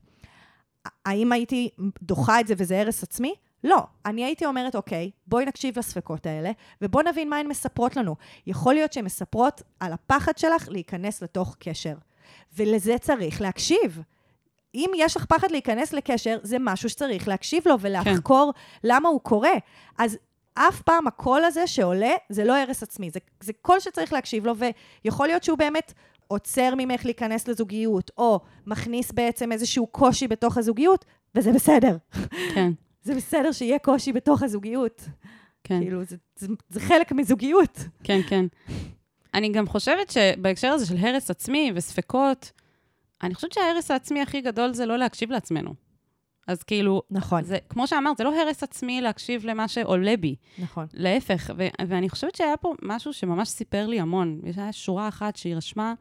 האם הייתי דוחה את זה וזה ערס עצמי? לא, אני הייתי אומרת, אוקיי, בואי נקשיב לספקות האלה, ובואי נבין מה הן מספרות לנו. יכול להיות שהן מספרות על הפחד שלך להיכנס לתוך קשר. ולזה צריך להקשיב. אם יש לך פחד להיכנס לקשר, זה משהו שצריך להקשיב לו ולחקור כן. למה הוא קורה. אז אף פעם הקול הזה שעולה, זה לא ערס עצמי. זה, זה קול שצריך להקשיב לו, ויכול להיות שהוא באמת עוצר ממך להיכנס לזוגיות, או מכניס בעצם איזשהו קושי בתוך הזוגיות, וזה בסדר. כן. זה בסדר שיהיה קושי בתוך הזוגיות. כן. כאילו, זה, זה, זה חלק מזוגיות. כן, כן. אני גם חושבת שבהקשר הזה של הרס עצמי וספקות, אני חושבת שההרס העצמי הכי גדול זה לא להקשיב לעצמנו. אז כאילו, נכון. זה, כמו שאמרת, זה לא הרס עצמי להקשיב למה שעולה בי. נכון. להפך, ו- ואני חושבת שהיה פה משהו שממש סיפר לי המון. יש היה שורה אחת שהיא רשמה,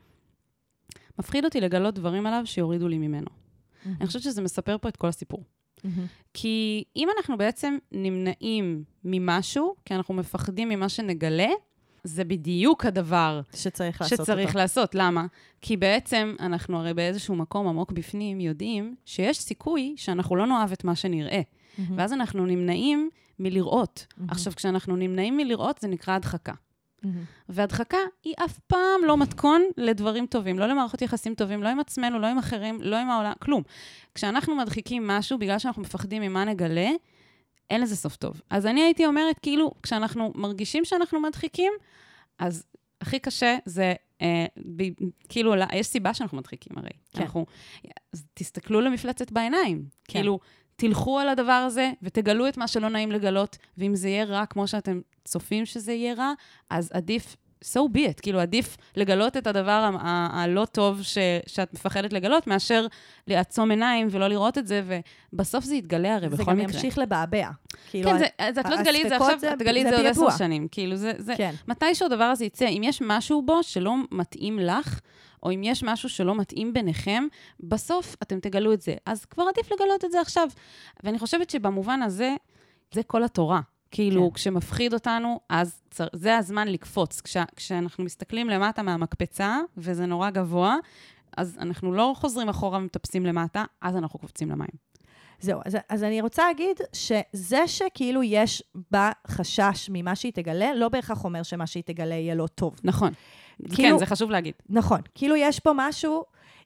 מפחיד אותי לגלות דברים עליו שיורידו לי ממנו. Mm-hmm. אני חושבת שזה מספר פה את כל הסיפור. Mm-hmm. כי אם אנחנו בעצם נמנעים ממשהו, כי אנחנו מפחדים ממה שנגלה, זה בדיוק הדבר שצריך לעשות שצריך אותו. לעשות. למה? כי בעצם אנחנו הרי באיזשהו מקום עמוק בפנים יודעים שיש סיכוי שאנחנו לא נאהב את מה שנראה. Mm-hmm. ואז אנחנו נמנעים מלראות. Mm-hmm. עכשיו, כשאנחנו נמנעים מלראות, זה נקרא הדחקה. Mm-hmm. והדחקה היא אף פעם לא מתכון לדברים טובים, לא למערכות יחסים טובים, לא עם עצמנו, לא עם אחרים, לא עם העולם, כלום. כשאנחנו מדחיקים משהו, בגלל שאנחנו מפחדים ממה נגלה, אין לזה סוף טוב. אז אני הייתי אומרת, כאילו, כשאנחנו מרגישים שאנחנו מדחיקים, אז הכי קשה זה, אה, ב, כאילו, יש סיבה שאנחנו מדחיקים הרי. כן. אנחנו, אז תסתכלו למפלצת בעיניים. כן. כאילו, תלכו על הדבר הזה ותגלו את מה שלא נעים לגלות, ואם זה יהיה רע כמו שאתם צופים שזה יהיה רע, אז עדיף, so be it, כאילו עדיף לגלות את הדבר ה- ה- הלא טוב ש- שאת מפחדת לגלות, מאשר לעצום עיניים ולא לראות את זה, ובסוף זה יתגלה הרי בכל מקרה. זה גם ימשיך לבעבע. כאילו, כן, זה, אז את לא תגלי את זה עכשיו, את תגלי את זה עוד עשר שנים. כאילו, זה, זה, כן. מתי שהדבר הזה יצא, אם יש משהו בו שלא מתאים לך, או אם יש משהו שלא מתאים ביניכם, בסוף אתם תגלו את זה. אז כבר עדיף לגלות את זה עכשיו. ואני חושבת שבמובן הזה, זה כל התורה. כאילו, כן. כשמפחיד אותנו, אז צר... זה הזמן לקפוץ. כש... כשאנחנו מסתכלים למטה מהמקפצה, וזה נורא גבוה, אז אנחנו לא חוזרים אחורה ומטפסים למטה, אז אנחנו קופצים למים. זהו, אז, אז אני רוצה להגיד שזה שכאילו יש בה חשש ממה שהיא תגלה, לא בהכרח אומר שמה שהיא תגלה יהיה לא טוב. נכון. כאילו, כן, זה חשוב להגיד. נכון. כאילו יש פה משהו,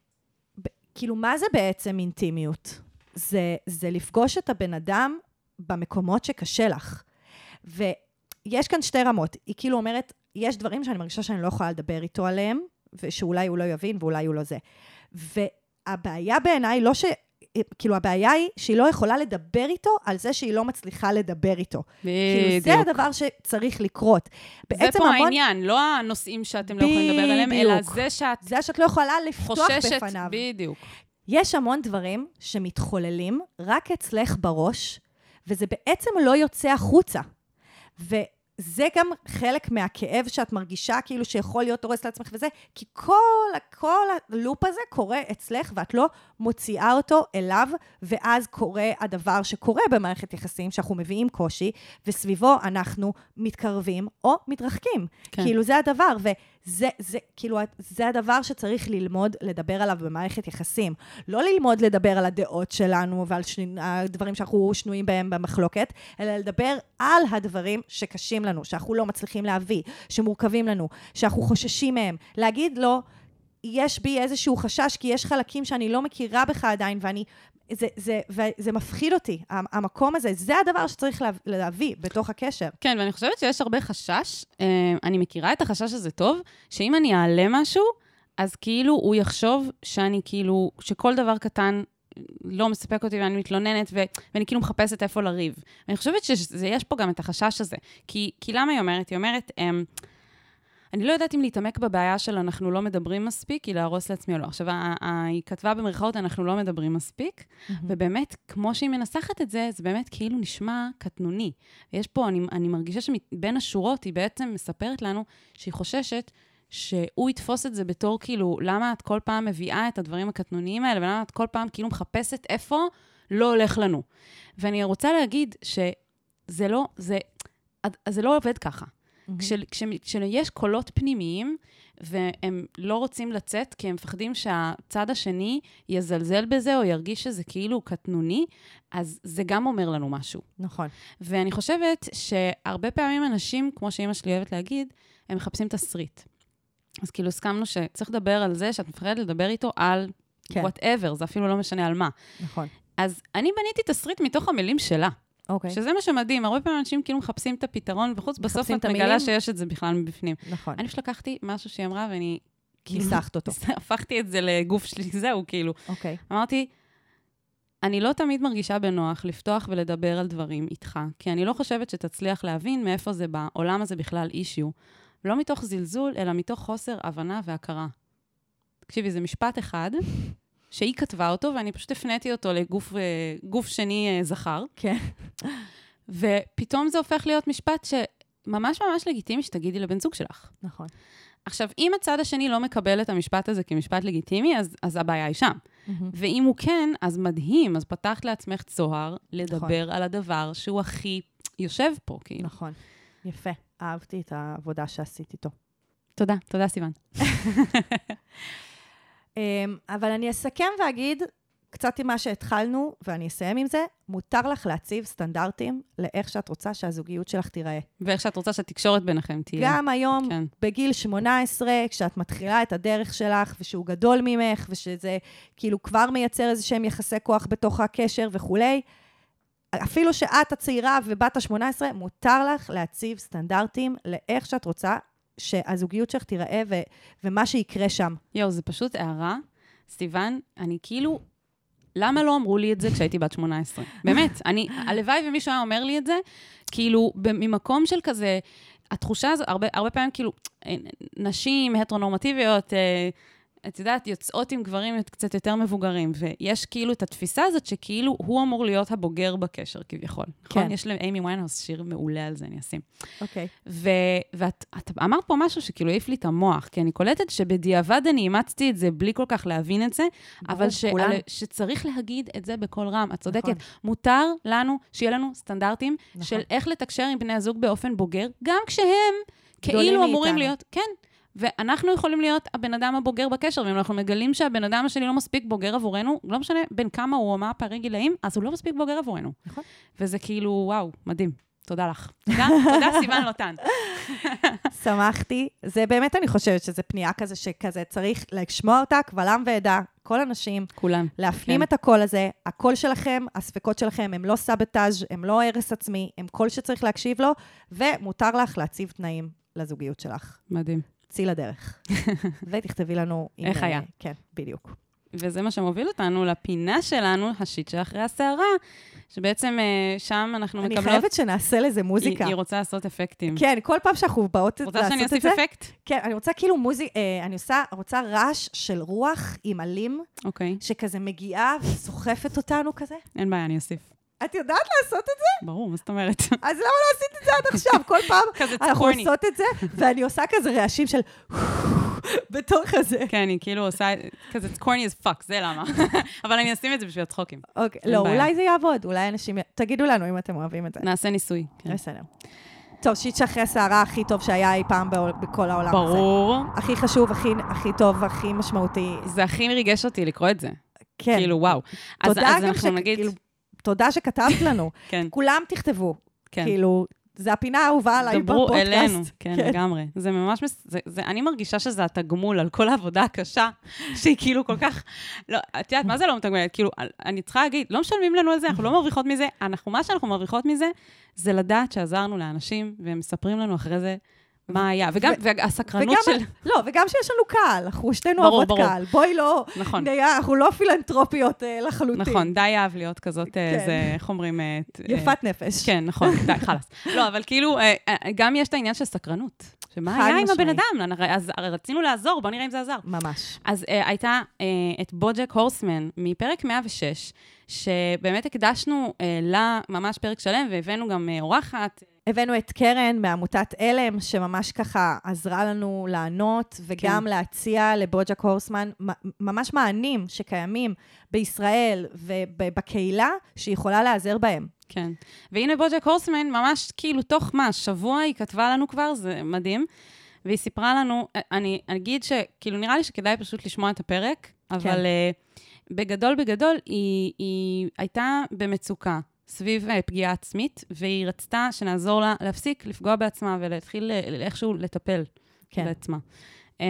כאילו מה זה בעצם אינטימיות? זה, זה לפגוש את הבן אדם במקומות שקשה לך. ויש כאן שתי רמות. היא כאילו אומרת, יש דברים שאני מרגישה שאני לא יכולה לדבר איתו עליהם, ושאולי הוא לא יבין ואולי הוא לא זה. והבעיה בעיניי לא ש... כאילו הבעיה היא שהיא לא יכולה לדבר איתו על זה שהיא לא מצליחה לדבר איתו. בדיוק. כאילו זה הדבר שצריך לקרות. זה פה המון... העניין, לא הנושאים שאתם לא יכולים לדבר עליהם, אלא זה שאת... זה שאת לא יכולה לפתוח חוששת, בפניו. בדיוק. יש המון דברים שמתחוללים רק אצלך בראש, וזה בעצם לא יוצא החוצה. וזה גם חלק מהכאב שאת מרגישה, כאילו שיכול להיות הורס לעצמך וזה, כי כל, כל הלופ הזה קורה אצלך, ואת לא מוציאה אותו אליו, ואז קורה הדבר שקורה במערכת יחסים, שאנחנו מביאים קושי, וסביבו אנחנו מתקרבים או מתרחקים. כן. כאילו זה הדבר, וזה זה, כאילו, זה הדבר שצריך ללמוד לדבר עליו במערכת יחסים. לא ללמוד לדבר על הדעות שלנו, ועל שני, הדברים שאנחנו שנויים בהם במחלוקת, אלא לדבר על הדברים שקשים לנו, שאנחנו לא מצליחים להביא, שמורכבים לנו, שאנחנו חוששים מהם. להגיד לו, יש בי איזשהו חשש, כי יש חלקים שאני לא מכירה בך עדיין, ואני, זה, זה, וזה מפחיד אותי. המקום הזה, זה הדבר שצריך להביא בתוך הקשר. כן, ואני חושבת שיש הרבה חשש, אני מכירה את החשש הזה טוב, שאם אני אעלה משהו, אז כאילו הוא יחשוב שאני כאילו, שכל דבר קטן לא מספק אותי ואני מתלוננת, ו- ואני כאילו מחפשת איפה לריב. ואני חושבת שיש פה גם את החשש הזה. כי, כי למה היא אומרת? היא אומרת, אמ, אני לא יודעת אם להתעמק בבעיה של אנחנו לא מדברים מספיק, היא להרוס לעצמי או לא. עכשיו, היא כתבה במרכאות, אנחנו לא מדברים מספיק, mm-hmm. ובאמת, כמו שהיא מנסחת את זה, זה באמת כאילו נשמע קטנוני. ויש פה, אני, אני מרגישה שבין השורות, היא בעצם מספרת לנו שהיא חוששת שהוא יתפוס את זה בתור כאילו, למה את כל פעם מביאה את הדברים הקטנוניים האלה, ולמה את כל פעם כאילו מחפשת איפה לא הולך לנו. ואני רוצה להגיד שזה לא, זה, זה לא עובד ככה. כשיש קולות פנימיים, והם לא רוצים לצאת, כי הם מפחדים שהצד השני יזלזל בזה, או ירגיש שזה כאילו קטנוני, אז זה גם אומר לנו משהו. נכון. ואני חושבת שהרבה פעמים אנשים, כמו שאמא שלי אוהבת להגיד, הם מחפשים תסריט. אז כאילו הסכמנו שצריך לדבר על זה, שאת מפחדת לדבר איתו על כן. whatever, זה אפילו לא משנה על מה. נכון. אז אני בניתי תסריט מתוך המילים שלה. אוקיי. שזה מה שמדהים, הרבה פעמים אנשים כאילו מחפשים את הפתרון, וחוץ בסוף את מגלה שיש את זה בכלל מבפנים. נכון. אני פשוט לקחתי משהו שהיא אמרה, ואני כאילו... ניסחת אותו. הפכתי את זה לגוף שלי, זהו, כאילו. אוקיי. אמרתי, אני לא תמיד מרגישה בנוח לפתוח ולדבר על דברים איתך, כי אני לא חושבת שתצליח להבין מאיפה זה בא, עולם הזה בכלל אישיו, לא מתוך זלזול, אלא מתוך חוסר הבנה והכרה. תקשיבי, זה משפט אחד, שהיא כתבה אותו, ואני פשוט הפניתי אותו לגוף גוף שני זכר. כן. ופתאום זה הופך להיות משפט שממש ממש לגיטימי שתגידי לבן זוג שלך. נכון. עכשיו, אם הצד השני לא מקבל את המשפט הזה כמשפט לגיטימי, אז, אז הבעיה היא שם. Mm-hmm. ואם הוא כן, אז מדהים, אז פתחת לעצמך צוהר לדבר נכון. על הדבר שהוא הכי יושב פה. כאילו. נכון. יפה. אהבתי את העבודה שעשית איתו. תודה, תודה סיוון. אבל אני אסכם ואגיד, קצת עם מה שהתחלנו, ואני אסיים עם זה, מותר לך להציב סטנדרטים לאיך שאת רוצה שהזוגיות שלך תיראה. ואיך שאת רוצה שהתקשורת ביניכם תהיה. גם היום, כן. בגיל שמונה עשרה, כשאת מתחילה את הדרך שלך, ושהוא גדול ממך, ושזה כאילו כבר מייצר איזה שהם יחסי כוח בתוך הקשר וכולי, אפילו שאת הצעירה ובת ה-שמונה עשרה, מותר לך להציב סטנדרטים לאיך שאת רוצה שהזוגיות שלך תיראה ו- ומה שיקרה שם. יו, זה פשוט הערה. סיוון, אני כאילו, למה לא אמרו לי את זה כשהייתי בת שמונה עשרה? באמת, אני, הלוואי ומישהו היה אומר לי את זה, כאילו, ממקום של כזה, התחושה הזו, הרבה, הרבה פעמים כאילו, נשים הטרונורמטיביות, את יודעת, יוצאות עם גברים קצת יותר מבוגרים, ויש כאילו את התפיסה הזאת שכאילו הוא אמור להיות הבוגר בקשר, כביכול. כן. נכון? יש לאימי ויינהאוס שיר מעולה על זה, אני אשים. אוקיי. ו- ואת את אמרת פה משהו שכאילו העיף לי את המוח, כי אני קולטת שבדיעבד אני אימצתי את זה בלי כל כך להבין את זה, אבל ש- על- שצריך להגיד את זה בקול רם. את צודקת. נכון. מותר לנו, שיהיה לנו סטנדרטים נכון. של איך לתקשר עם בני הזוג באופן בוגר, גם כשהם כאילו אמורים להיות, כן. ואנחנו יכולים להיות הבן אדם הבוגר בקשר, ואם אנחנו מגלים שהבן אדם השני לא מספיק בוגר עבורנו, לא משנה בין כמה הוא או מה פערי גילאים, אז הוא לא מספיק בוגר עבורנו. נכון. וזה כאילו, וואו, מדהים. תודה לך. תודה, תודה סיוון לוטן. שמחתי. זה באמת, אני חושבת שזה פנייה כזה, שכזה צריך לשמוע אותה, קבל עם ועדה, כל אנשים. כולם. להפנים כן. את הקול הזה. הקול שלכם, הספקות שלכם, הם לא סבטאז', הם לא הרס עצמי, הם קול שצריך להקשיב לו, ומותר לך להציב תנאים לזוגיות שלך. מדהים. צאי לדרך. ותכתבי לנו... איך היה. כן, בדיוק. וזה מה שמוביל אותנו לפינה שלנו, השיט שאחרי הסערה, שבעצם שם אנחנו מקבלות... אני חייבת שנעשה לזה מוזיקה. היא רוצה לעשות אפקטים. כן, כל פעם שאנחנו באות לעשות את זה... רוצה שאני אוסיף אפקט? כן, אני רוצה כאילו מוזיקה, אני עושה, רוצה רעש של רוח עם עלים, אוקיי. שכזה מגיעה וסוחפת אותנו כזה. אין בעיה, אני אוסיף. את יודעת לעשות את זה? ברור, מה זאת אומרת? אז למה לא עשית את זה עד עכשיו? כל פעם אנחנו עושות את זה, ואני עושה כזה רעשים של... בתור כזה. כן, אני כאילו עושה... כזה corny as fuck, זה למה. אבל אני אשים את זה בשביל הצחוקים. אוקיי, לא, אולי זה יעבוד, אולי אנשים... תגידו לנו אם אתם אוהבים את זה. נעשה ניסוי. בסדר. טוב, שיט שאחרי הסערה הכי טוב שהיה אי פעם בכל העולם הזה. ברור. הכי חשוב, הכי טוב, הכי משמעותי. זה הכי מריגש אותי לקרוא את זה. כן. כאילו, וואו. תודה גם ש... תודה שכתבת לנו. כן. כולם תכתבו. כן. כאילו, זה הפינה האהובה עליי בפודקאסט. דברו אלינו, כן, לגמרי. זה ממש, זה, זה, אני מרגישה שזה התגמול על כל העבודה הקשה, שהיא כאילו כל כך, לא, את יודעת, מה זה לא מתגמלת? כאילו, אני צריכה להגיד, לא משלמים לנו על זה, אנחנו לא מרוויחות מזה, אנחנו, מה שאנחנו מרוויחות מזה, זה לדעת שעזרנו לאנשים, והם מספרים לנו אחרי זה מה היה, וגם, והסקרנות של... לא, וגם שיש לנו קהל, אנחנו שתינו אוהבות קהל, בואי לא, אנחנו לא פילנטרופיות לחלוטין. נכון, די אהב להיות כזאת, זה, איך אומרים... יפת נפש. כן, נכון, די, חלס. לא, אבל כאילו, גם יש את העניין של סקרנות, שמה היה עם הבן אדם? אז רצינו לעזור, בוא נראה אם זה עזר. ממש. אז הייתה את בוג'ק הורסמן, מפרק מאה ושש, שבאמת הקדשנו לה ממש פרק שלם, והבאנו גם אורחת, הבאנו את קרן מעמותת אלם, שממש ככה עזרה לנו לענות, וגם כן. להציע לבוג'ק הורסמן ממש מענים שקיימים בישראל ובקהילה, שיכולה לעזר בהם. כן. והנה בוג'ק הורסמן, ממש כאילו תוך מה, שבוע היא כתבה לנו כבר, זה מדהים, והיא סיפרה לנו, אני אגיד שכאילו נראה לי שכדאי פשוט לשמוע את הפרק, אבל כן. uh, בגדול בגדול היא, היא הייתה במצוקה. סביב פגיעה עצמית, והיא רצתה שנעזור לה להפסיק לפגוע בעצמה, ולהתחיל איכשהו לטפל כן. בעצמה. Um,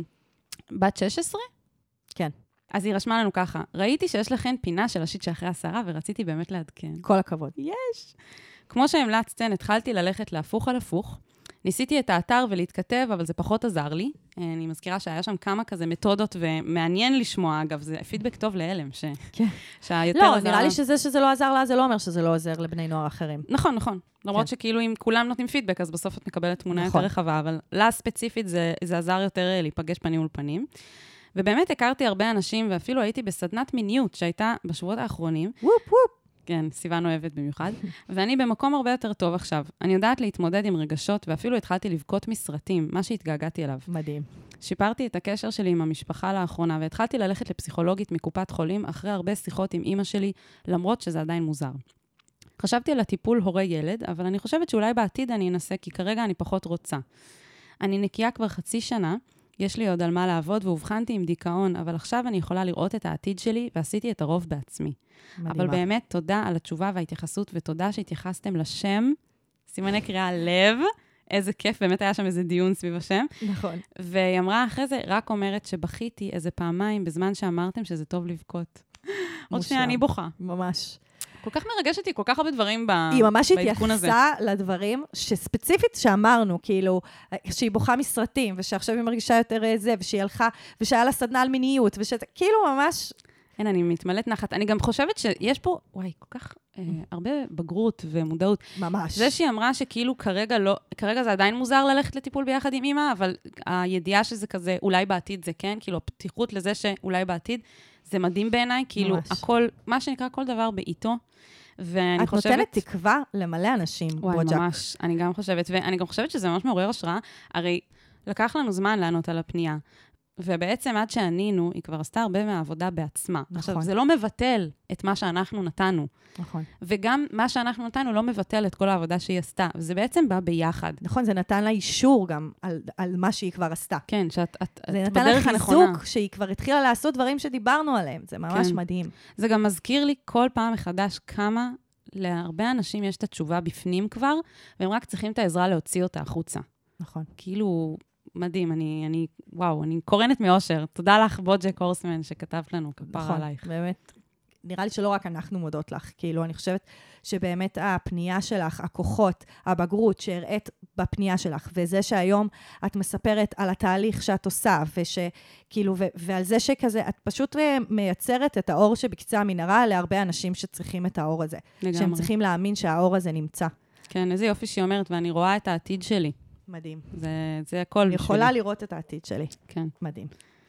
בת שש עשרה? כן. אז היא רשמה לנו ככה, ראיתי שיש לכן פינה של השיט שאחרי השרה, ורציתי באמת לעדכן. כל הכבוד. יש. כמו שהמלצתן, התחלתי ללכת להפוך על הפוך, ניסיתי את האתר ולהתכתב, אבל זה פחות עזר לי. אני מזכירה שהיה שם כמה כזה מתודות, ומעניין לשמוע, אגב, זה פידבק טוב להלם, ש... כן. שהיותר לא, עזר... נראה לי שזה שזה לא עזר לה, זה לא אומר שזה לא עוזר לבני נוער אחרים. נכון, נכון. למרות שכאילו אם כולם נותנים פידבק, אז בסוף את מקבלת תמונה יותר רחבה, אבל לה ספציפית זה, זה עזר יותר להיפגש פנים מול פנים. ובאמת הכרתי הרבה אנשים, ואפילו הייתי בסדנת מיניות, שהייתה בשבועות האחרונים. וופ וופ. כן, סיוון אוהבת במיוחד. ואני במקום הרבה יותר טוב עכשיו. אני יודעת להתמודד עם רגשות, ואפילו התחלתי לבכות מסרטים, מה שהתגעגעתי אליו. מדהים. שיפרתי את הקשר שלי עם המשפחה לאחרונה, והתחלתי ללכת לפסיכולוגית מקופת חולים, אחרי הרבה שיחות עם אמא שלי, למרות שזה עדיין מוזר. חשבתי על הטיפול הורי ילד, אבל אני חושבת שאולי בעתיד אני אנסה, כי כרגע אני פחות רוצה. אני נקייה כבר חצי שנה, יש לי עוד על מה לעבוד, והובחנתי עם דיכאון, אבל עכשיו אני יכולה לראות את העתיד שלי, ועשיתי את הרוב בעצמי. מדהימה. אבל באמת, תודה על התשובה וההתייחסות, ותודה שהתייחסתם לשם, סימני קריאה לב, איזה כיף, באמת היה שם איזה דיון סביב השם. נכון. והיא אמרה אחרי זה, רק אומרת שבכיתי איזה פעמיים, בזמן שאמרתם שזה טוב לבכות. עוד שנייה, אני בוכה. ממש. כל כך מרגש אותי, כל כך הרבה דברים בעדכון הזה. היא ממש התייחסה לדברים שספציפית שאמרנו, כאילו, שהיא בוכה מסרטים, ושעכשיו היא מרגישה יותר זה, ושהיא הלכה, ושהיה לה סדנה על מיניות, ושכאילו ממש... אין, אני מתמלאת נחת. אני גם חושבת שיש פה, וואי, כל כך אה, הרבה בגרות ומודעות. ממש. זה שהיא אמרה שכאילו כרגע לא, כרגע זה עדיין מוזר ללכת לטיפול ביחד עם אמא, אבל הידיעה שזה כזה, אולי בעתיד זה כן, כאילו, הפתיחות לזה שאולי בעתיד, זה מדהים בעיניי, כאילו, ממש. הכל, מה שנקרא כל דבר בעיתו, ואני את חושבת... נותנת תקווה למלא אנשים, וואי, בוג'ק. ממש, אני גם חושבת, ואני גם חושבת שזה ממש מעורר השראה, הרי לקח לנו זמן לענות על הפנייה, ובעצם עד שענינו, היא כבר עשתה הרבה מהעבודה בעצמה. נכון. עכשיו, זה לא מבטל את מה שאנחנו נתנו. נכון. וגם מה שאנחנו נתנו לא מבטל את כל העבודה שהיא עשתה, וזה בעצם בא ביחד. נכון, זה נתן לה אישור גם על, על מה שהיא כבר עשתה. כן, שאת את, זה את נתן בדרך לה הנכונה. חיזוק שהיא כבר התחילה לעשות דברים שדיברנו עליהם. זה ממש כן. מדהים. זה גם מזכיר לי כל פעם מחדש כמה להרבה אנשים יש את התשובה בפנים כבר, והם רק צריכים את העזרה להוציא אותה החוצה. נכון. כאילו... מדהים, אני, אני, וואו, אני קורנת מאושר. תודה לך, בוג'ק הורסמן, שכתבת לנו, כפרה נכון, עלייך. באמת. נראה לי שלא רק אנחנו מודות לך, כאילו, אני חושבת שבאמת הפנייה שלך, הכוחות, הבגרות שהראית בפנייה שלך, וזה שהיום את מספרת על התהליך שאת עושה, ושכאילו, ו- ועל זה שכזה, את פשוט מייצרת את האור שבקצה המנהרה להרבה אנשים שצריכים את האור הזה. לגמרי. שהם צריכים להאמין שהאור הזה נמצא. כן, איזה יופי שהיא אומרת, ואני רואה את העתיד שלי. מדהים. זה, זה הכל אני יכולה שלי. לראות את העתיד שלי. כן. מדהים.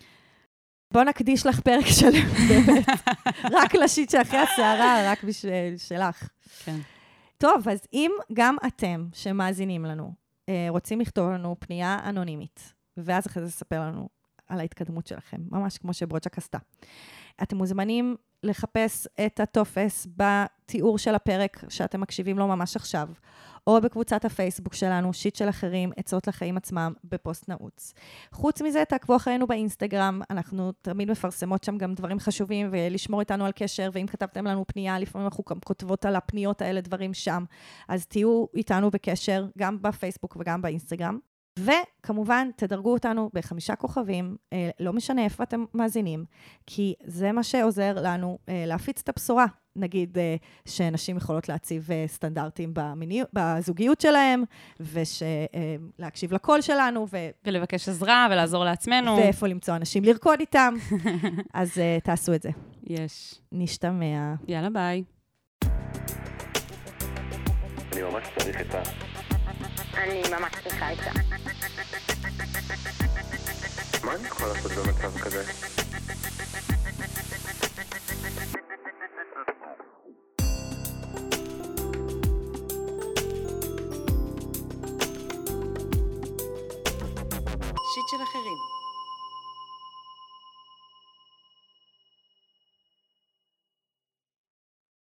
בוא נקדיש לך פרק שלם, באמת. רק לשיט שאחרי הסערה, רק בשביל שלך. כן. טוב, אז אם גם אתם שמאזינים לנו, רוצים לכתוב לנו פנייה אנונימית, ואז אחרי זה לספר לנו על ההתקדמות שלכם, ממש כמו שבוג'ק עשתה. אתם מוזמנים לחפש את הטופס בתיאור של הפרק שאתם מקשיבים לו ממש עכשיו, או בקבוצת הפייסבוק שלנו, שיט של אחרים, עצות לחיים עצמם, בפוסט נעוץ. חוץ מזה, תעקבו אחרינו באינסטגרם, אנחנו תמיד מפרסמות שם גם דברים חשובים, ולשמור איתנו על קשר, ואם כתבתם לנו פנייה, לפעמים אנחנו גם כותבות על הפניות האלה דברים שם, אז תהיו איתנו בקשר, גם בפייסבוק וגם באינסטגרם. וכמובן, תדרגו אותנו בחמישה כוכבים, אה, לא משנה איפה אתם מאזינים, כי זה מה שעוזר לנו אה, להפיץ את הבשורה. נגיד אה, שנשים יכולות להציב אה, סטנדרטים במיני, בזוגיות שלהם, ולהקשיב אה, לקול שלנו. ו... ולבקש עזרה ולעזור לעצמנו. ואיפה למצוא אנשים לרקוד איתם. אז אה, תעשו את זה. יש. נשתמע. יאללה, ביי. אני ממש צריך את ה... אני ממש צריכה עצה. מה אני יכול לעשות במצב כזה?